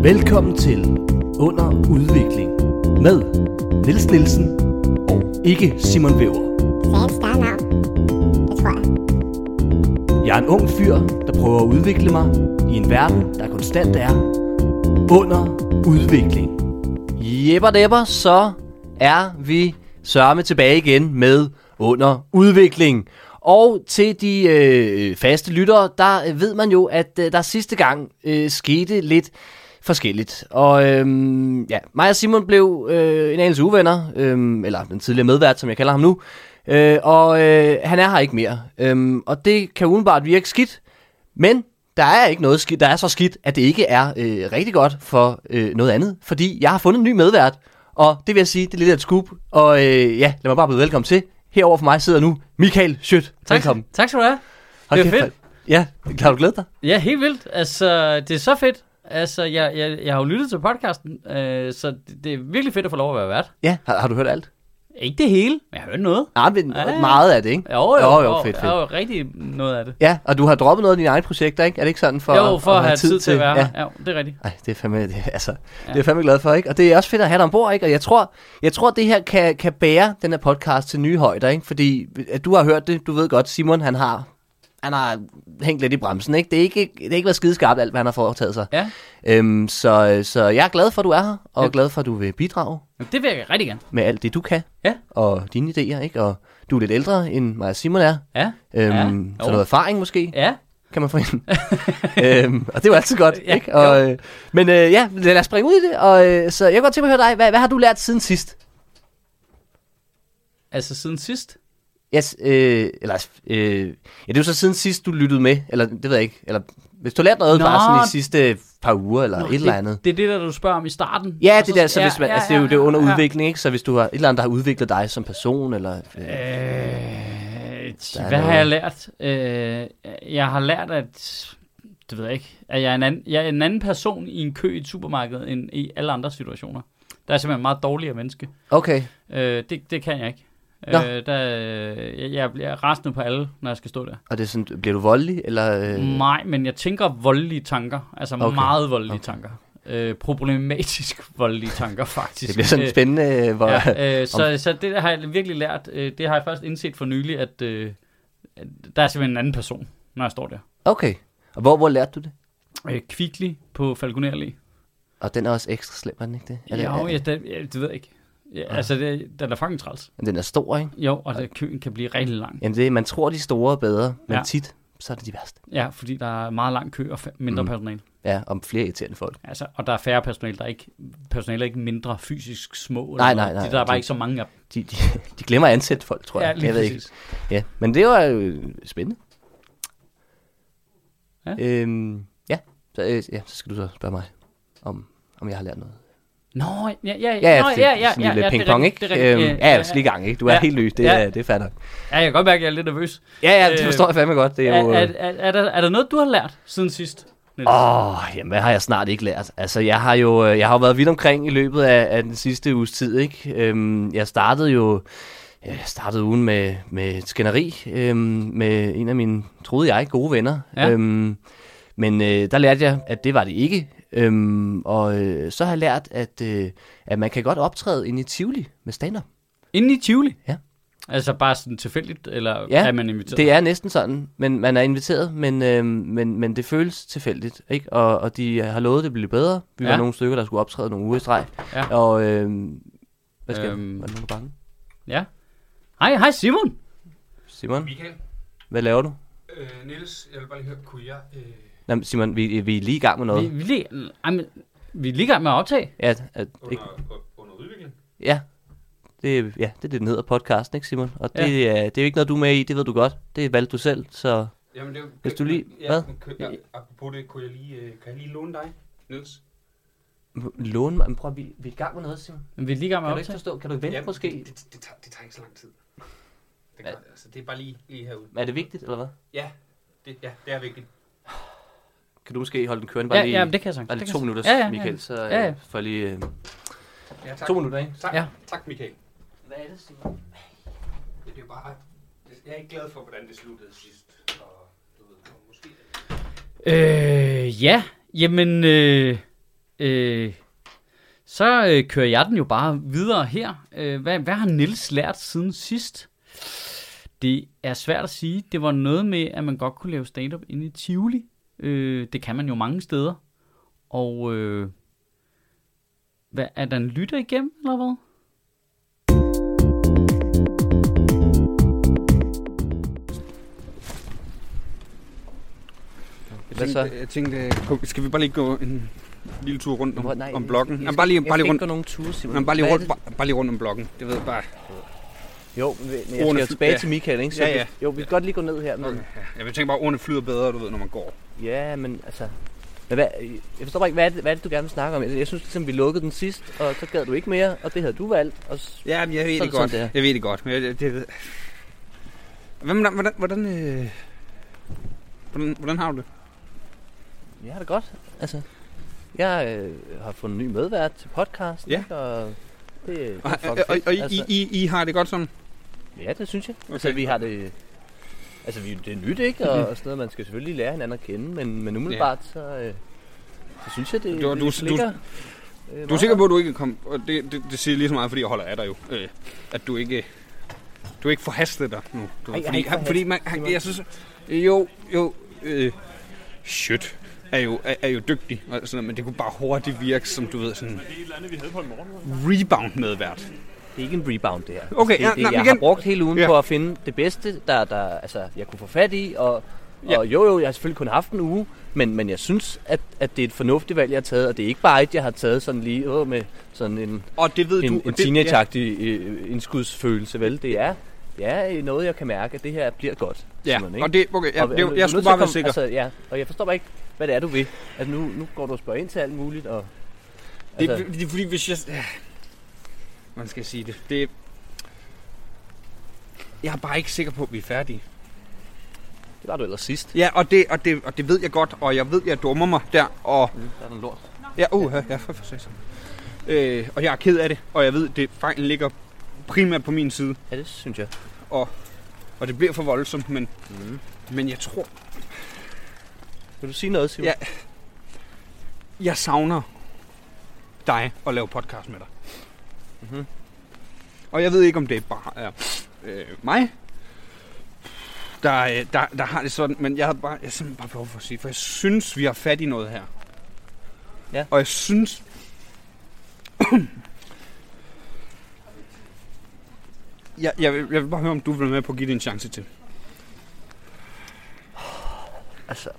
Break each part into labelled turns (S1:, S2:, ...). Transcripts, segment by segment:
S1: Velkommen til Under Udvikling med Niels Nielsen og ikke Simon Væver.
S2: Sagde et større navn. Det tror jeg.
S1: Jeg er en ung fyr, der prøver at udvikle mig i en verden, der konstant er under udvikling. Jepper, så er vi sørme tilbage igen med Under Udvikling. Og til de faste lyttere, der ved man jo, at der sidste gang skete lidt forskelligt. Og mig og Simon blev en anelse uvenner, eller den tidligere medvært, som jeg kalder ham nu. Og han er her ikke mere. Og det kan umiddelbart virke skidt, men der er ikke noget skidt. Der er så skidt, at det ikke er rigtig godt for noget andet. Fordi jeg har fundet en ny medvært, og det vil jeg sige, det er lidt af et scoop. Og lad mig bare byde velkommen til. Herover for mig sidder nu Michael Schødt. Velkommen.
S3: Tak skal du have. Det er fedt.
S1: Ja, har du glædet dig?
S3: Ja, helt vildt. Altså, det er så fedt. Altså, jeg har jo lyttet til podcasten, så det er virkelig fedt at få lov at være vært.
S1: Ja, har du hørt alt?
S3: Ikke det hele, men jeg har hørt noget.
S1: Nej, men meget af det, ikke?
S3: Jo,
S1: fedt.
S3: Jeg har jo rigtig noget af det.
S1: Ja, og du har droppet noget af dine egne projekter, ikke? Er det ikke sådan for
S3: at have tid til at være her? Ja, det er rigtigt.
S1: Ej, det er fandme, det er jeg fandme glad for, ikke? Og det er også fedt at have dig ombord, ikke? Og jeg tror det her kan bære den her podcast til nye højder, ikke? Fordi at du har hørt det, du ved godt, Simon, han har hængt lidt i bremsen, ikke? Det er ikke været skideskarpt alt, hvad han har foretaget sig.
S3: Ja.
S1: Så jeg er glad for, at du er her, og glad for, at du vil bidrage.
S3: Det vil jeg rigtig gerne.
S1: Med alt det, du kan.
S3: Ja.
S1: Og dine idéer, ikke? Og du er lidt ældre, end mig og Simon er.
S3: Ja.
S1: Så noget erfaring måske.
S3: Ja.
S1: Kan man få ind. Og det er jo altid godt,
S3: ja,
S1: ikke? Og, men lad os springe ud i det. Og, så jeg kan godt tænke mig at høre dig. Hvad har du lært siden sidst?
S3: Altså siden sidst?
S1: Yes, det er jo så siden sidst, du lyttede med. Eller det ved jeg ikke. Eller hvis du har lært noget bare sådan de sidste par uger, eller et eller andet.
S3: Det er det, der du spørger om i starten?
S1: Ja, det der, så hvis man, det er jo det under udvikling, ikke? Så hvis du har et eller andet, der har udviklet dig som person, eller...
S3: Hvad har jeg lært? Jeg har lært, at... Det ved jeg ikke. At jeg er en anden person i en kø i et supermarked, end i alle andre situationer. Der er simpelthen meget dårligere menneske.
S1: Okay.
S3: Det kan jeg ikke. Jeg bliver rasende på alle, når jeg skal stå der.
S1: Og det er sådan, bliver du voldelig, eller? Nej,
S3: men jeg tænker voldelige tanker. Altså meget voldelige tanker. Problematisk voldelige tanker, faktisk.
S1: Det bliver sådan spændende.
S3: Så det har jeg virkelig lært. Det har jeg først indset for nylig, at der er simpelthen en anden person, når jeg står der.
S1: Okay. Og hvor lærte du det?
S3: Kvickly på Falconer Allé.
S1: Og den er også ekstra slem, er den ikke det?
S3: Det ved jeg ikke. Ja, altså, den er fucking træls.
S1: Men den er stor, ikke?
S3: Jo, og køen kan blive rigtig lang.
S1: Jamen, man tror, de store er bedre, men tit, så er det de værste.
S3: Ja, fordi der er meget lang kø og mindre personale.
S1: Ja, om flere irriterende folk.
S3: Altså, og der er færre personale, personale er ikke mindre fysisk små.
S1: Nej.
S3: Der er bare ikke så mange af dem.
S1: De glemmer at ansætte folk, tror jeg.
S3: Ja, lige præcis.
S1: Ikke. Ja, men det var jo spændende.
S3: Ja.
S1: Så skal du så spørge mig, om jeg har lært noget.
S3: Ja,
S1: sådan en lille ping-pong, ikke? Jeg skal i gang, ikke? Du er helt løs, det er fair nok.
S3: Ja, jeg kan godt mærke, at jeg er lidt nervøs.
S1: Ja, det forstår jeg fandme godt. Det er jo...
S3: Er der noget, du har lært siden sidst?
S1: Jamen, hvad har jeg snart ikke lært? Altså, jeg har jo været vidt omkring i løbet af den sidste uges tid, ikke? Jeg startede ugen med et skænderi med en af mine, troede jeg, gode venner. Ja. Men der lærte jeg, at det var det ikke. Så har jeg lært, at man kan godt optræde inde i Tivoli med stand-up.
S3: Inde i Tivoli?
S1: Ja.
S3: Altså bare sådan tilfældigt, eller er man inviteret?
S1: Det er næsten sådan, men man er inviteret, men det føles tilfældigt, ikke? Og de har lovet, det bliver bedre. Vi var nogle stykker, der skulle optræde nogle uger i streg. Ja. Og hvad skal var det nogen bange?
S3: Ja. Hej Simon.
S1: Simon?
S4: Michael.
S1: Hvad laver du?
S4: Niels, jeg vil bare lige høre, kunne jeg...
S1: Jamen, Simon, vi er lige i gang med noget.
S3: Vi er lige i gang med at optage.
S1: Ja,
S4: under udvikling?
S1: Ja. Det er det, den hedder, podcasten, ikke Simon? Og det er jo ikke noget, du er med i, det ved du godt. Det valgte du selv, så...
S4: Jamen, det er jo...
S1: Hvis du lige... Hvad?
S4: Apropos det, kan jeg lige låne dig, Niels?
S1: Låne mig? Men prøv, vi er i gang med noget, Simon.
S3: Vi er lige i gang med at optage.
S1: Kan du ikke forstå? Kan du vente måske?
S4: Det tager ikke så lang tid. Det er bare lige herude.
S1: Er det vigtigt, eller hvad?
S4: Ja, det er vigtigt.
S1: Kan du måske holde den kørende bare lige...
S3: Ja, det kan jeg sagtens.
S1: Bare lige 2 minutter, Michael, så får lige... 2 minutter, ikke?
S4: Tak, Michael.
S1: Hvad er det, Simon?
S4: Det er bare... Jeg er ikke glad for, hvordan det sluttede sidst. Og du ved, måske...
S3: Ja, jamen... Så kører jeg den jo bare videre her. Hvad har Niels lært siden sidst? Det er svært at sige. Det var noget med, at man godt kunne lave stand-up inde i Tivoli. Det kan man jo mange steder. Og er der en lytter igennem, eller hvad?
S5: Jeg tænkte, skal vi bare lige gå en lille tur rundt om bloggen? Jeg bare lige rundt.
S1: Nogle ture,
S5: Simon. Bare lige rundt om bloggen. Det ved jeg bare.
S1: Jo, men jeg skal jo tilbage til Michael, ikke? Så
S5: ja.
S1: Jo, vi kan godt lige gå ned her. Men...
S5: Okay. Jeg tænker bare, at ordene flyder bedre, du ved, når man går.
S1: Ja, men altså... jeg forstår bare ikke, hvad er det, du gerne vil snakke om? Jeg synes ligesom, vi lukkede den sidst, og så gad du ikke mere, og det havde du valgt. Og
S5: ja, men jeg ved det godt. Jeg ved det godt, men det ved... Hvordan har du det?
S1: Jeg har det godt. Altså, jeg har fundet en ny medvært til podcasten,
S5: ja.
S1: Ikke? Og det er
S5: og I har det godt sådan?
S1: Ja, det synes jeg.
S5: Okay.
S1: Altså, vi har det... Altså, det er nyt, ikke? Og sådan noget, man skal selvfølgelig lære hinanden at kende, men umiddelbart, så synes jeg, det ligger...
S5: Du er sikker på, at du ikke kom... Og det siger lige så meget, fordi jeg holder af dig jo. At du ikke forhastede dig nu. Fordi jeg synes... Shit er jo dygtig, og sådan, men det kunne bare hurtigt virke som, du ved, sådan... Rebound medvært.
S1: Det er ikke en rebound, det her.
S5: Okay,
S1: jeg har brugt hele ugen på at finde det bedste, der altså, jeg kunne få fat i, og jo, jeg har selvfølgelig kun haft en uge, men jeg synes, at det er et fornuftigt valg, jeg har taget, og det er ikke bare et, jeg har taget sådan lige med sådan en, en teenage-agtig indskudsfølelse, vel? Det er noget, jeg kan mærke, at det her bliver godt.
S5: Ja,
S1: Simon, ikke?
S5: og det, okay, jeg skulle bare være sikker.
S1: Altså, ja, og jeg forstår bare ikke, hvad det er, du vil. Altså, nu går du og spørger ind til alt muligt, og... Altså,
S5: det er fordi, hvis jeg... Hvordan skal jeg sige det? Jeg er bare ikke sikker på, at vi er færdige.
S1: Det var du ellers sidst.
S5: Ja, og det ved jeg godt, og jeg ved, jeg dummer mig der, og...
S1: Der er den lort.
S5: Ja, for sig. Og jeg er ked af det, og jeg ved, det fejlen ligger primært på min side.
S1: Ja, det synes jeg.
S5: Og det bliver for voldsomt, men jeg tror...
S1: Vil du sige noget, Simon?
S5: Ja. Jeg savner dig at lave podcast med dig.
S1: Mm-hmm.
S5: Og jeg ved ikke, om det bare er mig, der har det sådan, men jeg har simpelthen bare behov for at sige, for jeg synes, vi har fat i noget her.
S1: Ja.
S5: Og jeg synes... jeg vil bare høre, om du vil være med på at give det en chance til.
S1: Altså...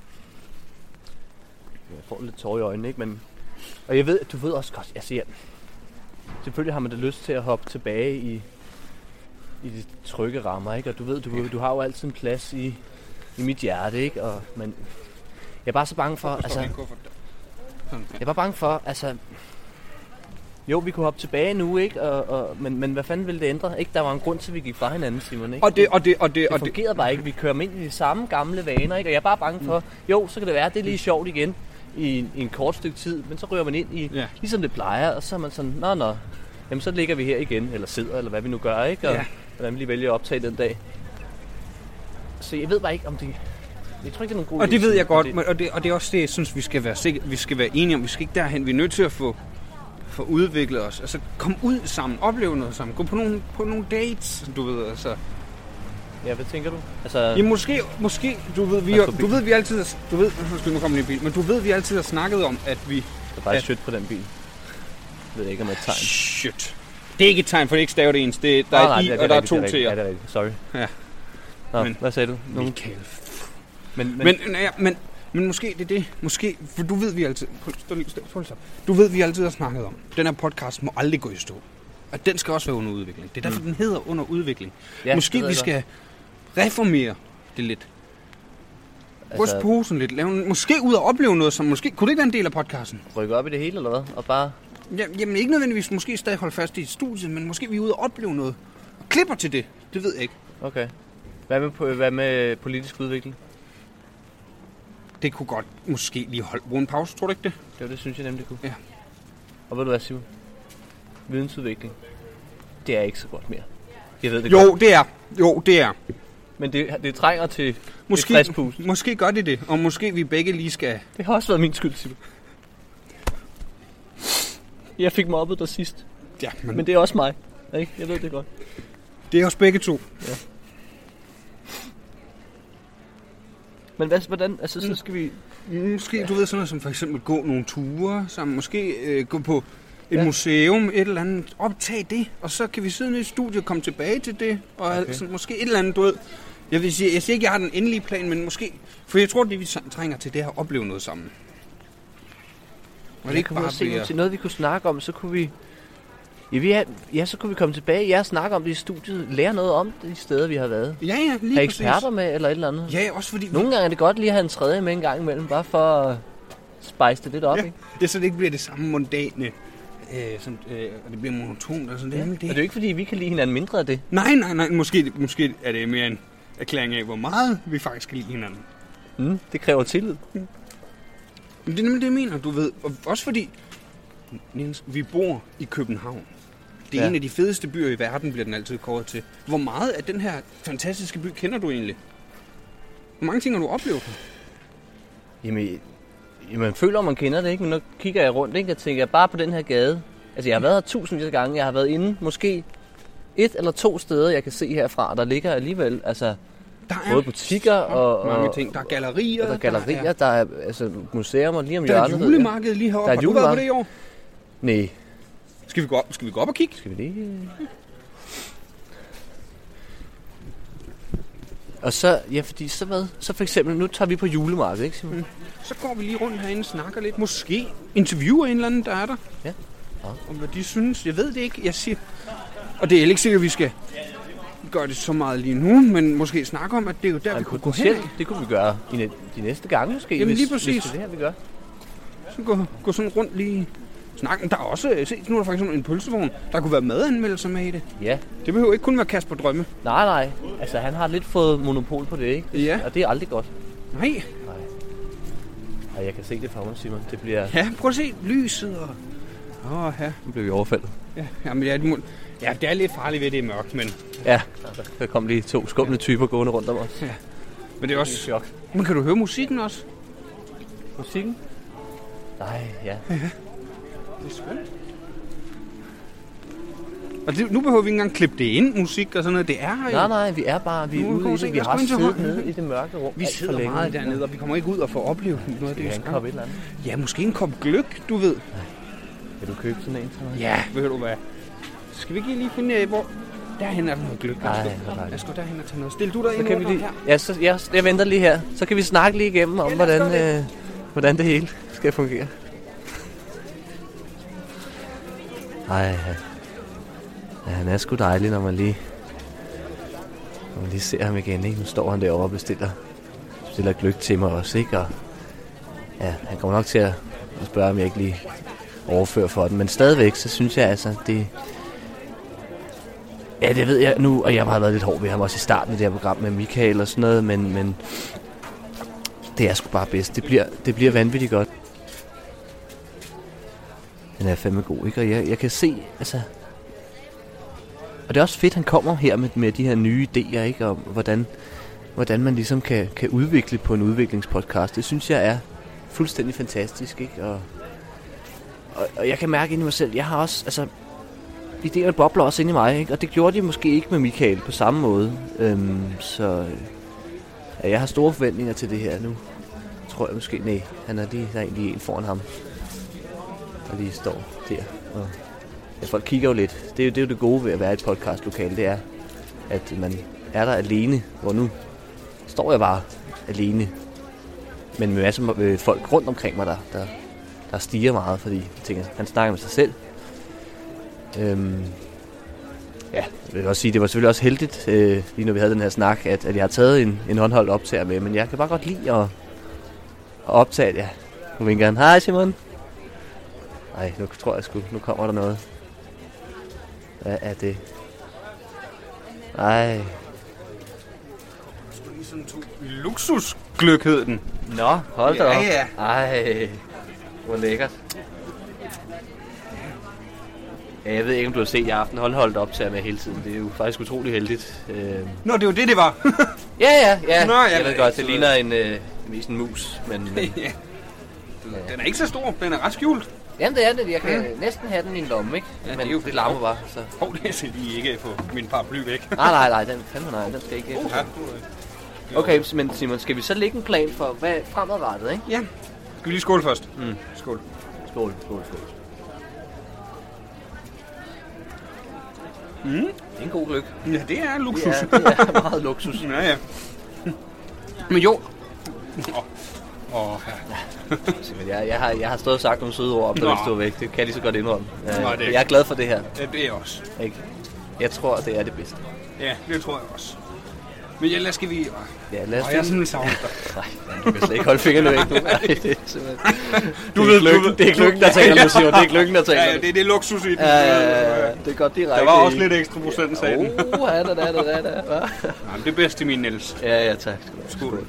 S1: Jeg får lidt tår i øjnene, ikke? Men... Og jeg ved, du ved også godt, altså selvfølgelig har man det lyst til at hoppe tilbage i de trygge rammer, ikke? Og du ved, du har jo altid en plads i mit hjerte, ikke? Og men jeg er bare så bange for, altså... Jeg er bare bange for, altså... Jo, vi kunne hoppe tilbage nu, ikke? Men hvad fanden ville det ændre? Ikke? Der var en grund til, at vi gik fra hinanden, Simon, ikke? Det fungerede bare ikke. Vi kører ind i de samme gamle vaner, ikke? Og jeg er bare bange for, jo, så kan det være, at det er lige sjovt igen i en kort stykke tid, men så ryger man ind i, ligesom det plejer, og så er man sådan, nå, jamen så ligger vi her igen, eller sidder, eller hvad vi nu gør, ikke? Og hvordan vi lige vælger at optage den dag. Så jeg ved bare ikke, om det... Jeg tror ikke, det er nogen god idé.
S5: Og det ved jeg godt, og det er også det, jeg synes, vi skal være enige om. Vi skal ikke derhen. Vi er nødt til at få udviklet os. Altså, kom ud sammen, opleve noget sammen, gå på nogle dates, du ved, altså.
S1: Ja, hvad tænker du? Altså...
S5: Ja, måske, du ved, vi altid har snakket om, at vi...
S1: Der er bare et shit på den bil. Jeg ved ikke, om det er et tegn.
S5: Shit. Det er ikke et tegn, for det er ikke stavet ens. Der er i, og der er 2 T'er.
S1: Ja, det er rigtigt. Sorry.
S5: Ja.
S1: Nå, hvad sagde du?
S5: Michael. Men måske det er det. Måske, for du ved, vi altid... Du ved, vi altid har snakket om. Den her podcast må aldrig gå i stå. Og den skal også være under udvikling. Det er derfor, den hedder under udvikling. Ja, måske vi skal reformere det lidt. Ryst posen lidt. Måske ud og opleve noget, som måske... Kunne det ikke være en del af podcasten?
S1: Rykke op i det hele, eller hvad? Og bare...
S5: Jamen ikke nødvendigvis måske stadig holde fast i studiet, men måske vi er ude og opleve noget. Og klipper til det. Det ved jeg ikke.
S1: Okay. Hvad med politisk udvikling?
S5: Det kunne godt måske lige bruge en pause, tror du ikke det?
S1: Det synes jeg nemlig kunne.
S5: Ja.
S1: Og ved du hvad, Simon? Vidensudvikling. Det er ikke så godt mere. Jeg ved det
S5: jo,
S1: godt.
S5: Det er.
S1: Men det trænger til
S5: måske, et frisk. Måske gør det, og måske vi begge lige skal...
S1: Det har også været min skyld, Simon. Jeg fik mobbet dig sidst.
S5: Ja,
S1: Men det er også mig. Ikke? Jeg ved det godt.
S5: det er også begge to.
S1: Men hvordan? Altså, så skal vi...
S5: Måske, du ved, sådan noget som for eksempel gå nogle ture sammen. Måske gå på et museum, et eller andet. Optag det, og så kan vi sidde nede i studiet og komme tilbage til det. Og altså, måske et eller andet, du ved. Jeg siger ikke, jeg har den endelige plan, men måske... For jeg tror, det vi trænger til, det er at opleve noget sammen. Og det ikke bare bliver...
S1: til noget, vi kunne snakke om, så kunne vi... så kunne vi komme tilbage og snakke om det i studiet. Lære noget om de steder, vi har været.
S5: Ja, lige
S1: have
S5: præcis.
S1: eksperter med, eller et eller andet.
S5: Ja, også fordi...
S1: Nogle gange er det godt lige at have en tredje med en gang imellem, bare for at spice det lidt op, ikke?
S5: Det er så det ikke bliver det samme mondane, og det bliver monotont og sådan det.
S1: Og det er jo ikke, fordi vi kan lide hinanden mindre af det.
S5: Nej. Måske er det mere en erklæring af, hvor meget vi faktisk kan lide hinanden.
S1: Det kræver tillid.
S5: Men det er nemlig det, jeg mener, du ved. Og også fordi, Niels, vi bor i København. Det er en af de fedeste byer i verden, bliver den altid kåret til. Hvor meget af den her fantastiske by kender du egentlig? Hvor mange ting har du oplevet her?
S1: Jamen, man føler, man kender det, ikke? Men nu kigger jeg rundt, ikke? Jeg tænker, bare på den her gade. Altså, jeg har været her tusindvis af gange. Jeg har været inde måske 1 eller 2 steder, jeg kan se herfra. Der ligger alligevel, altså...
S5: Der er
S1: både butikker og
S5: mange ting. Der er gallerier.
S1: Der er altså museer og lige om hjørnet.
S5: Der er et julemarked lige heroppe.
S1: Har
S5: du været på det i år?
S1: Nej.
S5: Skal vi gå op og kigge?
S1: Skal vi lige... Og så, fordi så hvad? Så for eksempel, nu tager vi på julemarkedet, ikke Simon?
S5: Så går vi lige rundt herinde og snakker lidt. Måske interviewer en eller anden, der er der.
S1: Ja.
S5: Om hvad de synes. Jeg ved det ikke. Jeg siger... Og det er ikke sikkert, at vi skal gøre det så meget lige nu, men måske snakke om, at det er jo der, vi kunne gå hen.
S1: Det kunne vi gøre i de næste gange måske.
S5: Jamen lige præcis.
S1: Hvis det er det her, vi gør.
S5: Så gå sådan rundt lige... snakke. Der er også... Se, nu er der faktisk en pølsevogn. Der kunne være madanmeldelser med i det.
S1: Ja.
S5: Det behøver ikke kun være Kasper Drømme.
S1: Nej. Altså, han har lidt fået monopol på det, ikke?
S5: Ja.
S1: Og det er aldrig godt.
S5: Nej.
S1: Og jeg kan se det for mig, Simon. Det bliver...
S5: Ja, prøv at se lyset og... ja.
S1: Nu bliver vi overfaldet.
S5: Ja, jamen, det er lidt farligt ved, at det er mørkt, men...
S1: Ja, der kom lige 2 skumle typer gående rundt om os.
S5: Ja. Men det er også...
S1: chok.
S5: Men kan du høre musikken også?
S1: Musikken? Nej, ja.
S5: Det er skønt. Og nu behøver vi ikke engang klippe det ind, musik og sådan noget. Det er her jo.
S1: Nej, vi er bare... Vi er ude i det. Vi har siddet nede i det mørke rum.
S5: Vi sidder meget dernede, og vi kommer ikke ud og får oplevet noget af det.
S1: Skal vi have en kop et eller andet?
S5: Ja, måske en kop gløgg, du ved.
S1: Vil du købe sådan en til mig?
S5: Ja, ved du hvad. Skal vi ikke lige finde af, hvor... Derhen er der noget gløgg.
S1: Nej,
S5: jeg skal derhen og tage noget. Stil du dig ind
S1: kan vi lige...
S5: her.
S1: Jeg venter lige her. Så kan vi snakke lige igennem om, hvordan det hele skal fungere. Ej, ja, han er sgu dejlig, når man lige ser ham igen, ikke? Nu står han derovre og bestiller gløgg til mig også, ikke? Og ja, han kommer nok til at spørge, om jeg ikke lige overfører for den. Men stadigvæk, så synes jeg altså, det... Ja, det ved jeg nu, og jeg har været lidt hård ved ham også i starten af det her program med Michael og sådan noget, men det er sgu bare bedst. Det bliver vanvittigt godt. Den er fandme god, ikke? Og jeg kan se, altså... Og det er også fedt, han kommer her med de her nye idéer, ikke? Og hvordan man ligesom kan udvikle på en udviklingspodcast. Det synes jeg er fuldstændig fantastisk, ikke? Og jeg kan mærke ind i mig selv, jeg har også, altså... Idéerne bobler også ind i mig, ikke? Og det gjorde de måske ikke med Michael på samme måde. Så jeg har store forventninger til det her nu. Tror jeg måske, nej, der er egentlig en foran ham, der lige står der. Og ja, folk kigger jo lidt. Det er jo det gode ved at være et podcastlokale, det er, at man er der alene, hvor nu står jeg bare alene. Men med masser af folk rundt omkring mig, der stiger meget, fordi jeg tænker, han snakker med sig selv. Ja, jeg vil også sige, det var selvfølgelig også heldigt, lige når vi havde den her snak, at jeg har taget en håndholdt optager med, men jeg kan bare godt lide at optage, ja. Nu vil jeg gerne, hej Simon. Nej, nu tror jeg sgu, nu kommer der noget. Hvad er det? Ej.
S5: Det er lige sådan 2 luksusgløgg, hed den.
S1: Nå, hold da op.
S5: Ja.
S1: Ej, hvor lækkert. Ja, jeg ved ikke, om du har set, jeg har haft en håndholdt optager med hele tiden. Det er jo faktisk utrolig heldigt.
S5: Nå, det var det var.
S1: Ja.
S5: Nå,
S1: jeg ved godt, det ligner mest en mus, men
S5: ja. Den er ikke så stor, den er ret skjult.
S1: Jamen, det er det. Jeg kan næsten have den i en lomme, ikke?
S5: Ja,
S1: men
S5: det er jo
S1: det larmer bare, så...
S5: Det skal lige ikke få min paraply væk.
S1: Nej, den skal ikke... Okay, men Simon, skal vi så lægge en plan for, hvad fremadrettet, ikke?
S5: Ja. Skal vi lige skåle først? Skål.
S1: Skål. Det er en god gløgg.
S5: Ja, det er luksus.
S1: Det er meget luksus.
S5: Ja. Men jo.
S1: Jeg har stået og sagt nogle søde ord, der vil stå væk. Det kan jeg lige så godt indrømme. Jeg er glad for det her.
S5: Ja, det er også.
S1: Ikke? Jeg tror, det er det bedste.
S5: Ja, det tror jeg også. Men ja, skal vi...
S1: Ja, lad os
S5: jeg er simpelthen savnet dig.
S1: Nej, du kan slet ikke holde fingrene væk nu. Nej, det er simpelthen...
S5: Du ved,
S1: det er gløggen, der taler nu, Simon. Det er gløggen, der taler nu.
S5: Ja, det er luksus i den.
S1: Ja, det er godt direkte.
S5: Der var også lidt ekstra procent, sagde den.
S1: Ja.
S5: Det er bedst i min Niels.
S1: Ja, tak. Skål.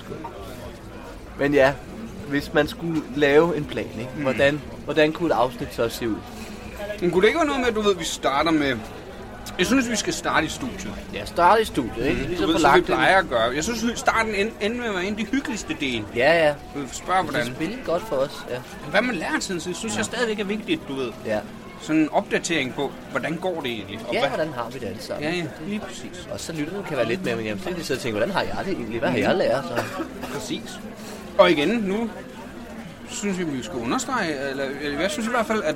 S1: Men ja, hvis man skulle lave en plan, ikke? Hvordan kunne et afsnit så se ud?
S5: Men kunne det ikke være noget med, at du ved, vi starter med... Jeg synes, vi skal starte i studiet.
S1: Ja, starte i studiet, ikke?
S5: Du ved, som vi plejer at gøre. Jeg synes, starten ender med at være en af de hyggeligste dele.
S1: Ja.
S5: Du vil spørge, hvordan...
S1: Det spiller godt for os, ja.
S5: Hvad man lærer siden, så synes jeg stadigvæk er vigtigt, du ved.
S1: Ja.
S5: Sådan en opdatering på, hvordan går det egentlig? Og
S1: hvordan har vi det alle sammen?
S5: Ja, lige præcis.
S1: Og så lytterne kan være lidt mere, men jeg vil sidde og tænke, hvordan har jeg det egentlig? Hvad har jeg lært? Så?
S5: Præcis. Og igen, nu synes jeg, vi skal understrege, eller jeg synes i hvert fald,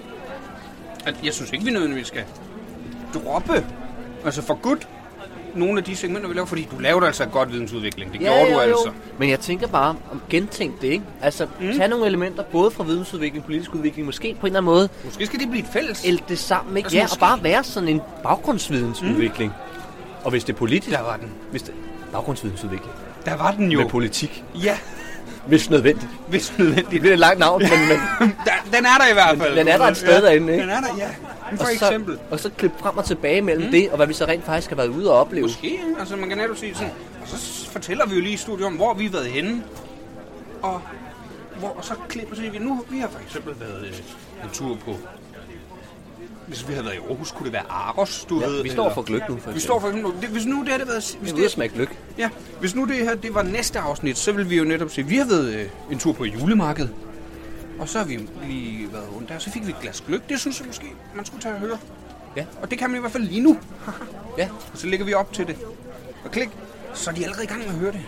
S5: at jeg synes ikke, vi nødvendigvis skal droppe, altså for godt, nogle af de segmenter, vi laver, fordi du laver altså godt vidensudvikling. Det gjorde du altså.
S1: Men jeg tænker bare om gentænk det, ikke? Altså, tage nogle elementer, både fra vidensudvikling, politisk udvikling, måske på en eller anden måde.
S5: Måske skal det blive et fælles.
S1: Ælte det sammen, ikke? Altså, og bare være sådan en baggrundsvidensudvikling. Og hvis det er politisk...
S5: Der var den.
S1: Baggrundsvidensudvikling.
S5: Der var den jo.
S1: Med politik.
S5: Ja.
S1: Hvis nødvendigt.
S5: Det
S1: er et langt navn, men...
S5: den er der i hvert fald.
S1: Den er der et sted derinde, ikke?
S5: Den er der, ja. For eksempel.
S1: Og så klippe frem og tilbage mellem det, og hvad vi så rent faktisk har været ude og opleve.
S5: Måske, altså man kan netop sige sådan. Og så fortæller vi jo lige i studiet om, hvor vi har været henne. Og så klipper vi nu. Vi har for eksempel været en tur på... Hvis vi havde været i Aarhus, kunne det være Aros, du ved.
S1: Vi står for gløgg nu, for eksempel.
S5: Vi står for eksempel. Hvis nu det havde været...
S1: Vi er ude at smage gløgg.
S5: Ja, hvis nu det her det var næste afsnit, så ville vi jo netop se, vi har været en tur på julemarkedet. Og så har vi lige været rundt der, så fik vi et glas gløgg. Det synes jeg måske, man skulle tage og høre.
S1: Ja.
S5: Og det kan man i hvert fald lige nu.
S1: Ja.
S5: Og så lægger vi op til det. Og klik, så er de allerede i gang med at høre det.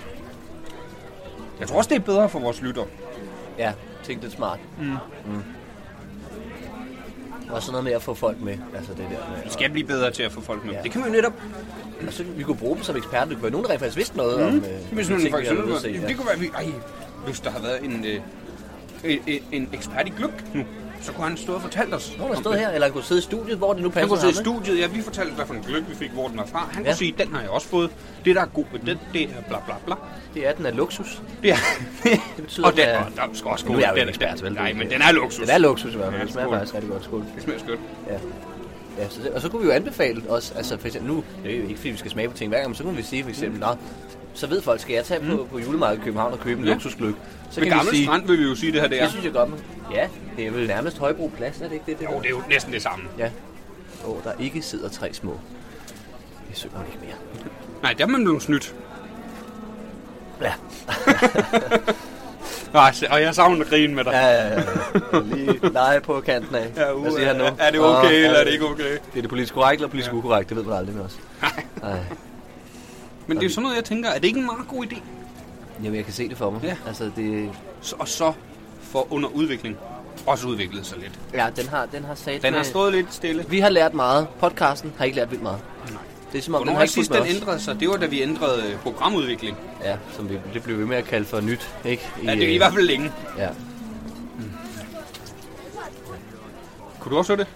S5: Jeg tror også, det er bedre for vores lytter.
S1: Ja, tænk det smart. Og sådan noget med at få folk med. Altså det der med,
S5: vi skal blive bedre til at få folk med.
S1: Ja.
S5: Det kan vi jo netop...
S1: Altså, vi kunne bruge dem som eksperter. Det kunne være nogen, der rent faktisk vidste noget om...
S5: Hvis nogen for eksempel... Det kunne være... Hvis der har været en ekspert i gløgg nu, så kunne han stå og fortælle os.
S1: Nogen har stået her, eller han kunne sidde i studiet, hvor det nu passer.
S5: Han kunne sidde i studiet, ja, vi fortalte, hvad for en gløgg vi fik, hvor den var fra. Han kunne sige, den har jeg også fået. Det, der er god ved den, det er bla bla bla.
S1: Det er, den er luksus.
S5: Det er.
S1: Det betyder,
S5: og der skal også gå.
S1: Nu er jeg jo en ekspert, vel?
S5: Nej, men den er luksus.
S1: Den er luksus i hvert fald. Det smager faktisk rigtig godt. Skål.
S5: Det smager skønt.
S1: Ja. Ja, og så kunne vi jo anbefale os, altså for eksempel nu, det er jo ikke fordi vi skal smage på ting hver gang, men så kunne vi sige for eksempel, så ved folk, skal jeg tage på julemarkedet i København og købe en luksusgløgg. Så
S5: kan Gamle Strand vil vi jo sige det her, det er.
S1: Det synes jeg godt. Ja, det er vel nærmest Højbro Plads, er det ikke det?
S5: Jo, det er jo næsten det samme.
S1: Ja. Der ikke sidder 3 små. Det synger ikke mere.
S5: Nej, der er man blevet snydt.
S1: Ja.
S5: Og jeg savner grine med dig.
S1: Ja. Lige nej på kanten af.
S5: Hvad siger han nu? Er det okay, eller er det ikke okay?
S1: Det er det politisk korrekt eller politisk ukorrekt, det ved man aldrig med os. Nej.
S5: Men det er jo sådan noget, jeg tænker, er det ikke en meget god idé?
S1: Jamen, jeg kan se det for mig.
S5: Ja.
S1: Altså, det...
S5: Og så for under udvikling også udviklet sig lidt.
S1: Ja, den har sat.
S5: Den har stået lidt stille.
S1: Vi har lært meget. Podcasten har ikke lært vildt meget.
S5: Nej.
S1: Det er som om,
S5: den har ikke sidst den ændrede sig. Det var da vi ændrede programudvikling.
S1: Ja, som det blev vi med at kalde for nyt, ikke?
S5: Ja, det er i hvert fald længe.
S1: Ja.
S5: Kunne du også høre det?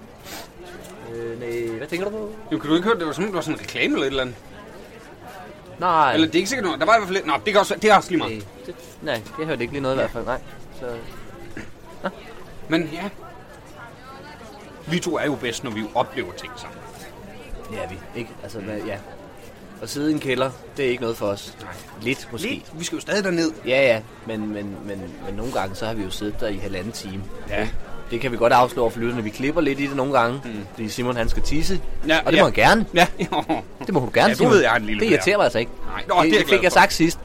S1: Nej, hvad tænker du på?
S5: Jo, kunne du ikke høre det? Det var som om, det var sådan en reklame eller et eller andet.
S1: Nej.
S5: Eller det er ikke sikkert noget. Der var i hvert fald lidt... Nå, det er også lige meget.
S1: Nej, jeg hørte ikke lige noget i hvert fald. Nej. Så...
S5: Men ja. Vi to er jo bedst, når vi oplever ting sammen.
S1: Ja, vi. Ikke? Altså, ja. At sidde i en kælder, det er ikke noget for os.
S5: Nej.
S1: Lidt måske.
S5: Lidt. Vi skal jo stadig derned.
S1: Ja. Men nogle gange, så har vi jo siddet der i 1,5 time.
S5: Ja.
S1: Det kan vi godt afsløre for lytterne. Vi klipper lidt i det nogle gange, fordi Simon han skal tisse.
S5: Ja,
S1: og det må han gerne.
S5: Ja.
S1: Det må du gerne,
S5: Simon. Ja, du ved, jeg er en lille
S1: det irriterer mig altså ikke.
S5: Nej,
S1: det fik jeg sagt sidst.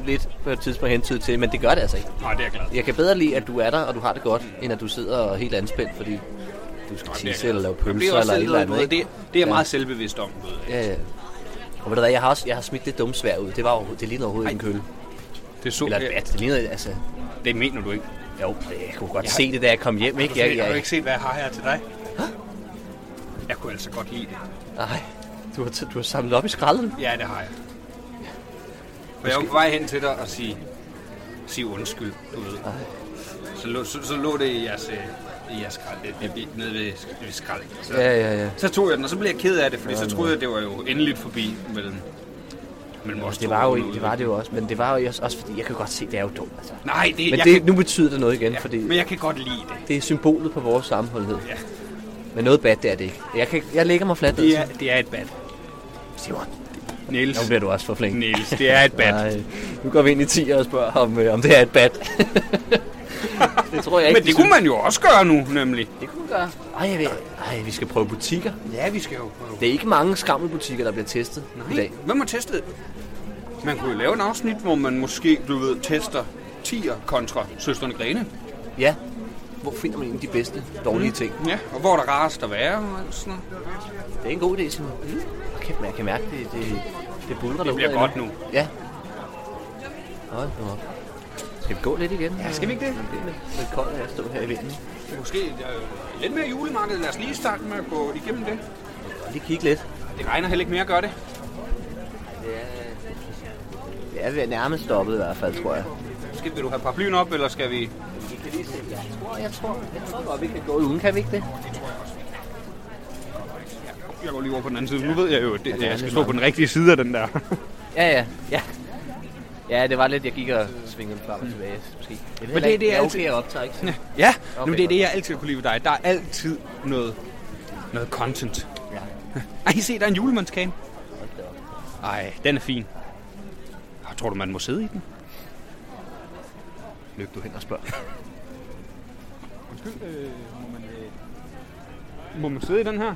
S1: lidt på et tidspunkt hentydet til, men det gør det altså ikke.
S5: Nej, det er jeg glad.
S1: Jeg kan bedre lide, at du er der, og du har det godt, end at du sidder helt anspændt, fordi du skal tisse eller lave pølser eller et eller andet. Ikke?
S5: Det er jeg meget selvbevidst om.
S1: Ja. Og ved du hvad, jeg har smidt lidt dumt svær ud. Det ligner overhovedet ikke en kølle.
S5: Det så
S1: Eller det ligner, altså...
S5: Det mener du ikke?
S1: Jo, jeg kunne godt se det, da jeg kom hjem, ikke?
S5: Har du ikke set, hvad jeg har her til dig? Jeg kunne altså godt lide det.
S1: Nej, du har samlet op i skralden.
S5: Ja, det har jeg. For jeg var på vej hen til dig og sige undskyld, du ved. Så lå det i jeres skrald, nede ved skrald.
S1: Ja.
S5: Så tog jeg den, og så blev jeg ked af det, fordi så troede jeg, det var jo endeligt forbi mellem os to.
S1: Det var det jo også, men det var jo også fordi, jeg kan godt se, det er jo dumt. Altså.
S5: Nej,
S1: nu betyder det noget igen, fordi...
S5: Men jeg kan godt lide det.
S1: Det er symbolet på vores sammenholdhed.
S5: Ja.
S1: Men noget bad, det er det ikke. Jeg lægger mig fladt.
S5: Det er et bad.
S1: Simon.
S5: Niels.
S1: Nu bliver du også for flink.
S5: Niels, det er et bad.
S1: Nej, nu går vi ind i 10 og spørger, om det er et bad. Det tror jeg ikke.
S5: Men det kunne man jo også gøre nu, nemlig.
S1: Det kunne man gøre. Vi skal prøve butikker.
S5: Ja, vi skal jo prøve.
S1: Det er ikke mange skrammelbutikker, der bliver testet i dag.
S5: Hvem har testet? Man kunne jo lave en afsnit, hvor man måske, tester 10'er kontra Søsterne Grene.
S1: Ja. Hvor finder man egentlig de bedste dårlige ting?
S5: Ja, og hvor er der rarest at være og sådan noget.
S1: Det er en god idé, Simon. Kæft, jeg kan mærke, det buldrer
S5: det bliver godt nu.
S1: Ja. Hold nu op. Skal vi gå lidt igen?
S5: Ja, skal vi ikke det?
S1: Det er lidt koldt, at jeg står her i vinden.
S5: Måske lidt mere julemarked. Lad os lige starte med at gå igennem det.
S1: Lige kigge lidt.
S5: Det regner heller ikke mere at gøre det.
S1: Det er nærmest stoppet i hvert fald, tror jeg.
S5: Vil du have paraplyen op, eller skal vi...
S1: Jeg tror godt, vi kan gå uden. Kan vi ikke det?
S5: Jeg går lige over på den anden side. Nu ved jeg jo, at jeg skal stå på den rigtige side af den der.
S1: Ja. Ja, det var lidt, jeg gik og svingede frem og tilbage, måske.
S5: Men det er altid...
S1: Okay, jeg optager, ikke?
S5: Ja, okay, det er det, jeg altid kunne lide ved dig. Der er altid noget content. Ja. Ej, se, der er en julemandskane. Ej, den er fin. Tror du, man må sidde i den?
S1: Løb du hen og spørg.
S5: Undskyld, må man sidde i den her?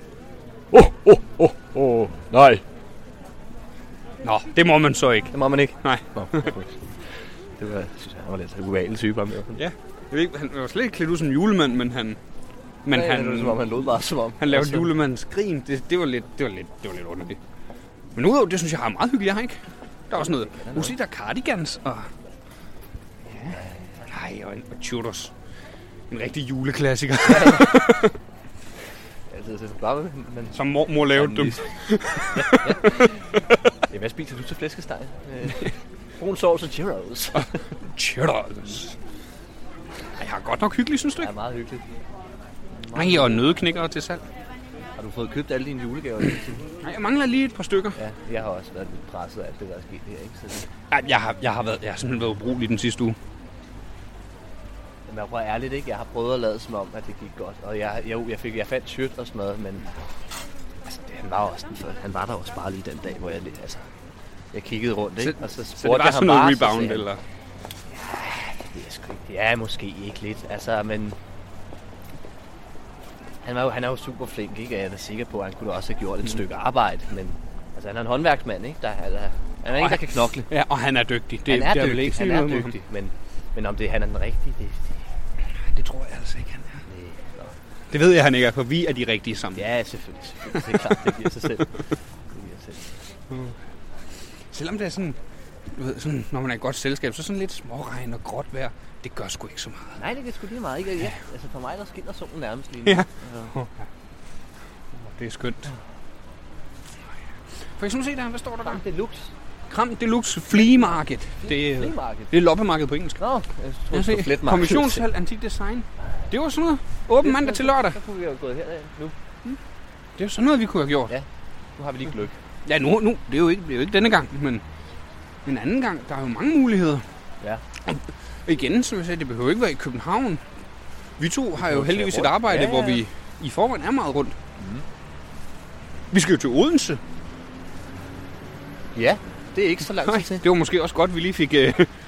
S1: Nej.
S5: Nå, det må man så ikke.
S1: Det må man ikke.
S5: Nej.
S1: Det var, synes jeg, han var lidt så uvalg type om det.
S5: Ja, jeg ved ikke, han var slet ikke klædt ud som julemand, men han...
S1: Men han... Det var som om, han lod bare som om.
S5: Han lavede julemands grin. Det var lidt underligt. Men udover det, synes jeg er meget hyggeligt, ikke? Der er også noget musik, der er cardigans og... Ja. Nej, og Tudors. En rigtig juleklassiker.
S1: Altså, bare, men...
S5: Som mormor lavede dem.
S1: Ja, hvad spiser du til flæskesteg? Brun sovs og churros.
S5: Churros. Jeg har godt nok hyggeligt, synes du ikke?
S1: Ja, meget hyggeligt.
S5: Nej, og nødeknækkere til salg.
S1: Har du fået købt alle dine julegaver?
S5: Nej, jeg mangler lige et par stykker.
S1: Ja, jeg har også været lidt presset af alt det, der er sket her, ikke? Så det...
S5: Jeg har simpelthen været ubrugelig den sidste uge.
S1: Men jeg prøver ærligt, ikke? Jeg har prøvet at lade som om, at det gik godt. Og jeg fandt shirt og sådan noget, men altså, han var der også bare lige den dag, hvor jeg kiggede rundt, ikke? Og så
S5: det var sådan noget rebound, eller?
S1: Ja, det er sgu ikke. Ja, måske ikke lidt. Altså, men han er jo super flink, ikke? Jeg er da sikker på, at han kunne også have gjort et stykke arbejde, men altså, han er en håndværksmand, ikke? Han er en, der kan knokle.
S5: Ja, og han er dygtig.
S1: Han er dygtig, men om han er den rigtige,
S5: det tror jeg altså ikke, han er. Nej. Det ved jeg, han ikke er, for vi er de rigtige sammen.
S1: Ja, selvfølgelig. Det er klart, det giver sig selv.
S5: Selvom det er sådan, når man er i godt selskab, så sådan lidt småregn og gråt vejr, det gør sgu ikke så meget.
S1: Nej, det gør sgu lige meget, ikke? Ja, altså for mig, der skinner solen nærmest lige
S5: nu. Ja. Det er skønt. For eksempel se der, hvad står der der? Kram Deluxe Flea Market. Det er loppemarked på engelsk.
S1: Nå, jeg tror,
S5: kommissionssalg, antik design. Det var sådan noget. Åben mandag til lørdag.
S1: Så kunne vi have gået herad nu.
S5: Det er sådan noget, vi kunne have gjort.
S1: Ja, nu har vi lige gløk.
S5: Ja, nu. Det er jo ikke denne gang, men en anden gang. Der er jo mange muligheder.
S1: Ja.
S5: Og igen, som jeg sagde, det behøver ikke være i København. Vi to har jo heldigvis et arbejde, hvor vi i forvejen er meget rundt. Mm. Vi skal jo til Odense.
S1: Ja, det er ikke så langt til.
S5: Det var måske også godt, vi lige fik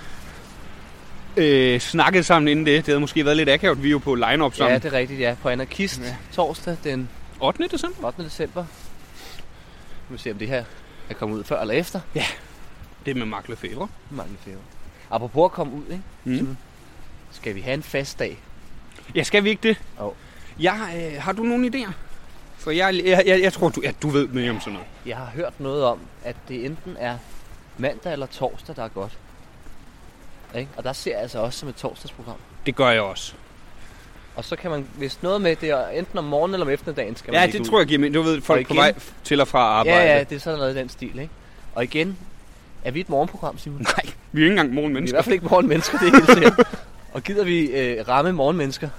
S5: snakket sammen inden det. Det havde måske været lidt akavet, vi er jo på line-up sammen.
S1: Ja, det er rigtigt, ja. På Anarkist torsdag den
S5: 8. december.
S1: 8. december. Nu vil vi se, om det her er kommet ud før eller efter.
S5: Ja. Det er med Mark Lefebvre.
S1: Mange fever. Apropos at komme ud, ikke?
S5: Mm.
S1: Skal vi have en fast dag?
S5: Ja, skal vi ikke det?
S1: Jo.
S5: Har du nogle idéer? For jeg tror, du ved mere om sådan noget.
S1: Jeg har hørt noget om, at det enten er mandag eller torsdag, der er godt. Ikke? Og der ser jeg altså også som et torsdagsprogram.
S5: Det gør jeg også.
S1: Og så kan man, hvis noget med det er enten om morgenen eller om eftermiddagen, skal man
S5: Ja,
S1: lægge
S5: det
S1: ud.
S5: tror jeg giver mening. Du ved, folk
S1: Og
S5: på
S1: igen-
S5: vej til og fra arbejde.
S1: Ja, det er sådan noget i den stil, ikke? Og igen, er vi et morgenprogram, Simon?
S5: Nej, vi er ikke engang
S1: Vi er i
S5: morgenmennesker.
S1: hvert fald ikke morgenmennesker, det er helt sikkert. Og gider vi ramme morgenmennesker?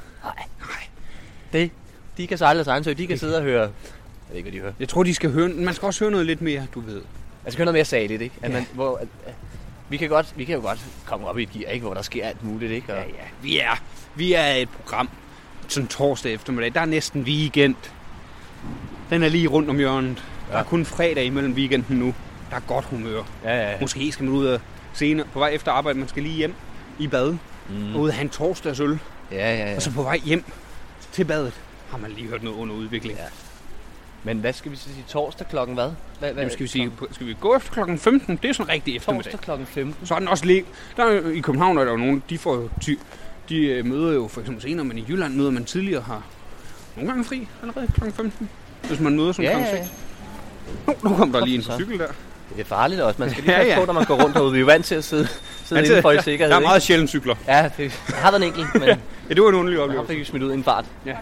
S1: Nej. De kan sejle deres egen sø, de kan sidde og høre. Jeg ved ikke, hvad de hører.
S5: Jeg tror, de skal høre... Man skal også høre noget lidt mere, du ved.
S1: Altså høre noget mere saligt, ikke? At man, vi kan jo godt komme op i et gear, ikke? Hvor der sker alt muligt, ikke? Og,
S5: Vi er et program sådan torsdag eftermiddag. Der er næsten weekend. Den er lige rundt om hjørnet. Ja. Der er kun fredag imellem weekenden nu. Der er godt humør.
S1: Ja.
S5: Måske skal man ud og senere på vej efter arbejde. Man skal lige hjem i bad. Og ud og have en torsdagsøl.
S1: Ja.
S5: Og så på vej hjem til badet har man lige hørt noget under udvikling.
S1: Ja. Men hvad skal vi så sige? Torsdag klokken hvad?
S5: Jamen, skal vi gå efter klokken 15? Det er sådan rigtig eftermiddag.
S1: Torsdag klokken 15.
S5: Så er den også lige... I København er der jo nogen, de får jo... De møder jo for eksempel senere, men i Jylland møder man tidligere har nogle gange fri allerede klokken 15. Hvis man møder som klokken 6. Nu kom der lige en cykel der.
S1: Det er farligt også. Man skal lige passe på, når man går rundt herude. Vi er jo vant til at sidde indenfor i sikkerhed.
S5: Der er meget sjældent cykler.
S1: Ja, jeg har været en enkelt, men
S5: Ja, det var en underlig
S1: jeg
S5: oplevelse.
S1: fik jo smidt ud i en fart.
S5: Ja.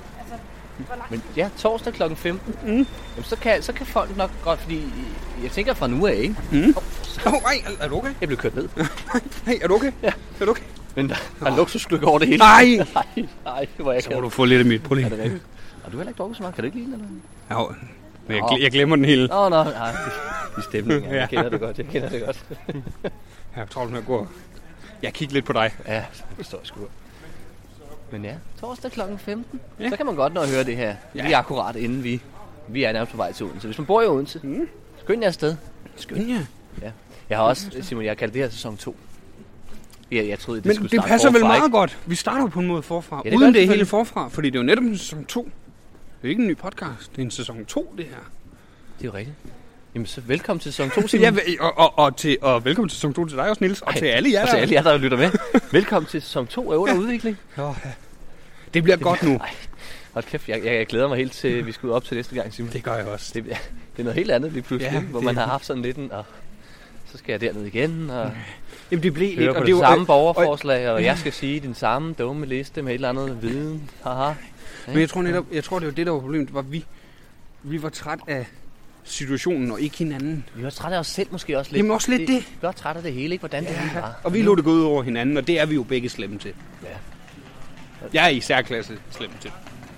S1: Men ja, torsdag klokken 15. Jamen, så kan folk nok godt, fordi jeg tænker fra nu af, ikke?
S5: Nej, er du okay?
S1: Jeg blev kørt ned.
S5: Hey, er du okay?
S1: Ja.
S5: Er du okay?
S1: Men der er luksusstykke over det hele.
S5: Nej!
S1: Nej, det var jeg
S5: Så
S1: ikke.
S5: må du få lidt af mit problem.
S1: Er det rigtigt? Har du heller ikke drukket så meget? Kan du ikke lide det, eller?
S5: Ja, men jeg glemmer den hele.
S1: Nej, i stemningen. Ja. Jeg kender det godt.
S5: Jeg har travlt med at gå. Jeg kigger lidt på dig.
S1: Ja, det forstår jeg sgu. Men ja, torsdag klokken 15. Ja. Så kan man godt nå at høre det her. Ja. Lige akkurat inden vi er nærmest på vej til Odense. Hvis man bor i Odense, skynd jer afsted.
S5: Skøn, ja.
S1: Ja. Jeg har også, Simon, jeg har kaldt det her sæson 2. Jeg troede, det
S5: Men
S1: skulle
S5: det
S1: starte
S5: passer vel
S1: forfra,
S5: meget
S1: ikke?
S5: godt. Vi starter jo på en måde forfra.
S1: Ja, det gør
S5: uden
S1: det
S5: det hele
S1: selvfølgelig.
S5: forfra. Fordi det er jo netop en sæson 2. Det er jo ikke en ny podcast. Det er en sæson 2, det her.
S1: Det er jo rigtigt. Jamen så velkommen til sæson 2, Simon.
S5: Ja, og velkommen til sæson 2 til dig også, Niels. Og til alle jer,
S1: Og til alle jer, der lytter med. Velkommen til sæson 2 af Under Udvikling.
S5: Ja. Det bliver godt nu.
S1: Ej, hold kæft, jeg glæder mig helt til, vi skal ud op til næste gang, Simon.
S5: Det gør jeg også.
S1: Det er noget helt andet lige pludselig,
S5: Ja,
S1: hvor
S5: det-
S1: man har haft sådan lidt en, og så skal jeg derned igen, og
S5: Jamen, det blev
S1: høre
S5: lidt...
S1: på
S5: Og
S1: det
S5: var-
S1: samme borgerforslag, og jeg skal sige den samme dumme liste med et eller andet viden. Haha.
S5: Men jeg tror det var det, der var problemet. Var vi var træt af situationen og ikke hinanden.
S1: Vi var trætte af os selv måske også lidt.
S5: Jamen, også lidt det.
S1: Vi var trætte af det hele, ikke? Hvordan det hele var.
S5: Og vi lå det gå ud over hinanden, og det er vi jo begge slemme til.
S1: Ja.
S5: Jeg er i særklasse slemme til.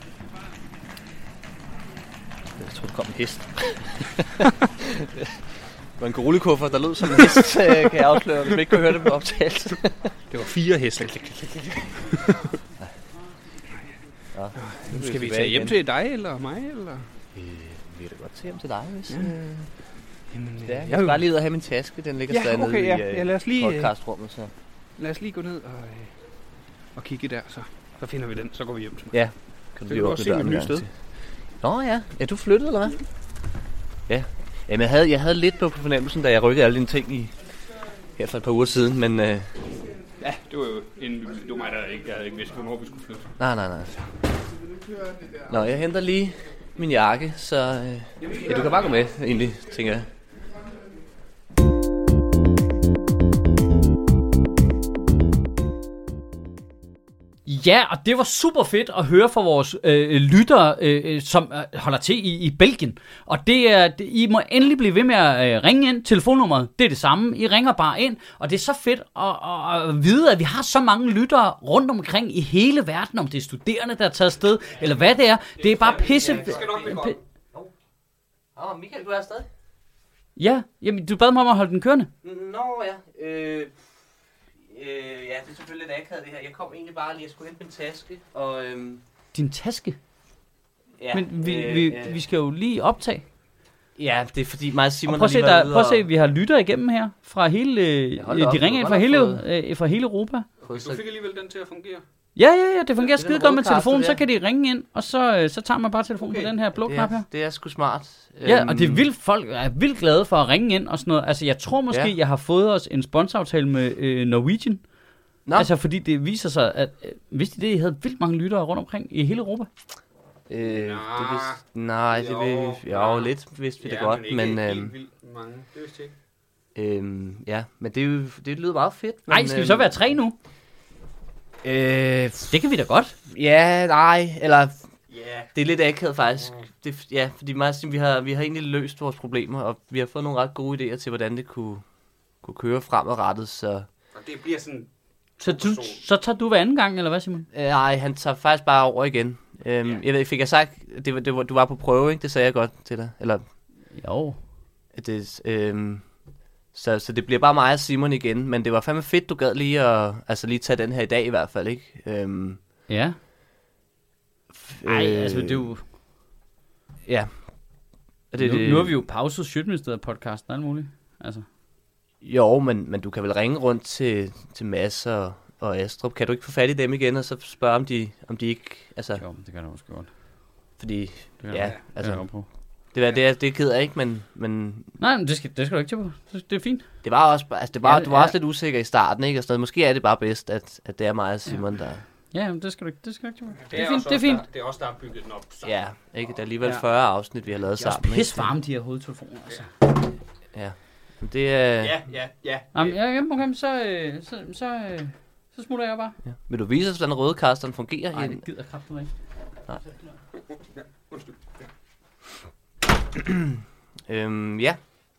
S1: Jeg tror, der kom en hest. Det var en gorillekuffer, der lød som en hest, kan jeg afsløre, hvis man ikke kan høre det på optagelse.
S5: Det var 4 heste.
S1: Ja.
S5: Nu skal vi tage hjem til dig eller mig, eller?
S1: Vi kan da godt tage hjem til dig, hvis...
S5: Ja. Jamen,
S1: Ja, jeg skal bare lige ud og have min taske. Den ligger
S5: Ja,
S1: stadig
S5: okay,
S1: nede
S5: ja. Ja, lad os lige,
S1: podcastrummet. Så.
S5: lad os lige gå ned og kigge der, så finder vi den, så går vi hjem.
S1: Ja, kan
S5: Så
S1: du
S5: kan
S1: lige
S5: du
S1: åbne
S5: også se
S1: døren
S5: mit
S1: en
S5: nye
S1: gang
S5: sted.
S1: til. Nå ja, er du flyttet eller hvad? Ja, jamen jeg havde lidt på fornemmelsen, da jeg rykkede alle dine ting i her for et par uger siden, men
S5: Ja, det var jo det var mig, jeg havde ikke vidst, hvornår vi skulle flytte.
S1: nej. Nå, jeg henter lige min jakke, så ja, du kan bare gå med, egentlig, tænker jeg.
S3: Ja, og det var super fedt at høre fra vores lyttere, som holder til i Belgien. Og I må endelig blive ved med at ringe ind. Telefonnummeret, det er det samme. I ringer bare ind, og det er så fedt at vide, at vi har så mange lyttere rundt omkring i hele verden, om det er studerende, der er taget afsted, eller hvad det er. Det er bare pisse...
S1: Michael, du er stadig?
S3: Ja, jamen, du bad mig om at holde den kørende.
S1: Nå ja, ja, det er selvfølgelig lidt akavet det her. Jeg kom egentlig bare lige, jeg skulle hente min taske, og
S3: Din taske?
S1: ja.
S3: Men vi skal jo lige optage.
S1: Ja, det er fordi mig og Simon
S3: Og prøv at se, vi har lyttere igennem her fra hele...
S1: Ja, hold da op,
S3: de ringer ind
S1: du har
S3: fra hele Europa.
S5: Du fik alligevel den til at fungere.
S3: Ja, det fungerer
S1: den
S3: skide godt med
S1: Rodecaster
S3: telefonen,
S1: der.
S3: så kan de ringe ind, og så tager man bare telefonen på den her blå knap her.
S1: Det er sgu smart.
S3: Ja, og det er vildt, folk er vildt glade for at ringe ind og sådan noget. Altså, jeg tror måske, jeg har fået os en sponsoraftale med Norwegian.
S1: Nå.
S3: Altså, fordi det viser sig, at vidste I det, I havde vildt mange lyttere rundt omkring i hele Europa?
S1: Det lidt vidste vi det godt, men
S5: helt vildt mange. Det vidste jeg ikke.
S1: ja, men det lyder meget fedt.
S3: Nej, skal vi så være 3 nu? Det kan vi da godt.
S1: Ja, nej, eller
S5: Ja.
S1: det er lidt akavet faktisk. Fordi vi har egentlig løst vores problemer, og vi har fået nogle ret gode idéer til, hvordan det kunne køre fremadrettet, så...
S5: Og det bliver sådan...
S3: Så tager du hver anden gang, eller hvad, Simon?
S1: Nej, han tager faktisk bare over igen. Jeg ved, fik jeg sagt, du var på prøve, ikke? Det sagde jeg godt til dig. Eller,
S3: Jo.
S1: så det bliver bare mig og Simon igen, men det var fandme fedt, du gad lige at lige tage den her i dag i hvert fald, ikke?
S3: Ja. Ej, altså det er jo...
S1: Ja.
S3: Nu har vi jo pauset Sjøtministeriet podcasten og alt muligt. Altså.
S1: Jo, men du kan vel ringe rundt til Mads og Astrup. Kan du ikke få fat i dem igen, og så spørge, om de ikke... Altså,
S3: Jo, det kan du også godt.
S1: fordi...
S3: Det
S1: Ja,
S3: det
S1: altså...
S3: på.
S1: Det er ked af, ikke? Men
S3: Nej, men det skal du ikke til på. Det er fint.
S1: det var også... Altså, du var
S3: Ja.
S1: også lidt usikker i starten, ikke? Og sådan, måske er det bare bedst, at det er mig og Simon, der...
S3: Ja, men det skal du ikke til på. Det er
S5: også
S3: fint, det er
S5: os,
S3: fint.
S5: Det er også der har bygget den op sammen.
S1: Ja, ikke? Der er alligevel
S3: Ja.
S1: 40 afsnit, vi har lavet
S3: Det er også
S1: sammen. ikke?
S3: pisse varme, de her hovedtelefoner. Altså.
S1: Ja. Men det er...
S5: Ja.
S3: Jamen, okay, så smutter jeg bare.
S1: Ja. Vil du vise os, hvordan rødekasteren fungerer?
S3: Nej, det gider kraften ikke.
S1: Ja.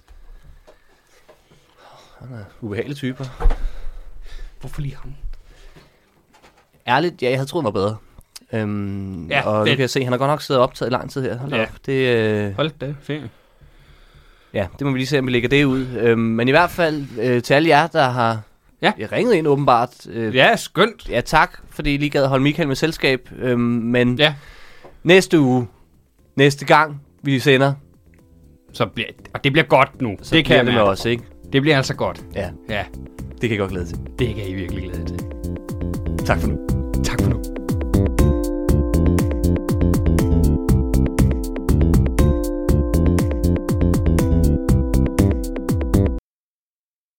S1: Han er ubehagelige typer.
S3: Hvorfor lige ham?
S1: Ærligt, ja, jeg havde troet, han var bedre.
S5: Ja,
S1: og nu
S5: fedt.
S1: kan jeg se, han har godt nok siddet optaget i lang tid her. Hold da
S5: Ja.
S1: op. Det,
S5: Hold da, ferie.
S1: ja, det må vi lige se, om vi lægger det ud. Men i hvert fald til alle jer, der har ringet ind åbenbart.
S5: Ja, skønt.
S1: Ja, tak, fordi I lige gad holde Michael med selskab. Men
S5: Ja.
S1: næste gang vi sender,
S5: Og det bliver godt nu.
S1: så det bliver det med os, ikke?
S5: Det bliver altså godt.
S1: Ja,
S5: Ja,
S1: det kan jeg godt glæde til.
S5: det kan I virkelig glæde til.
S1: Tak for nu.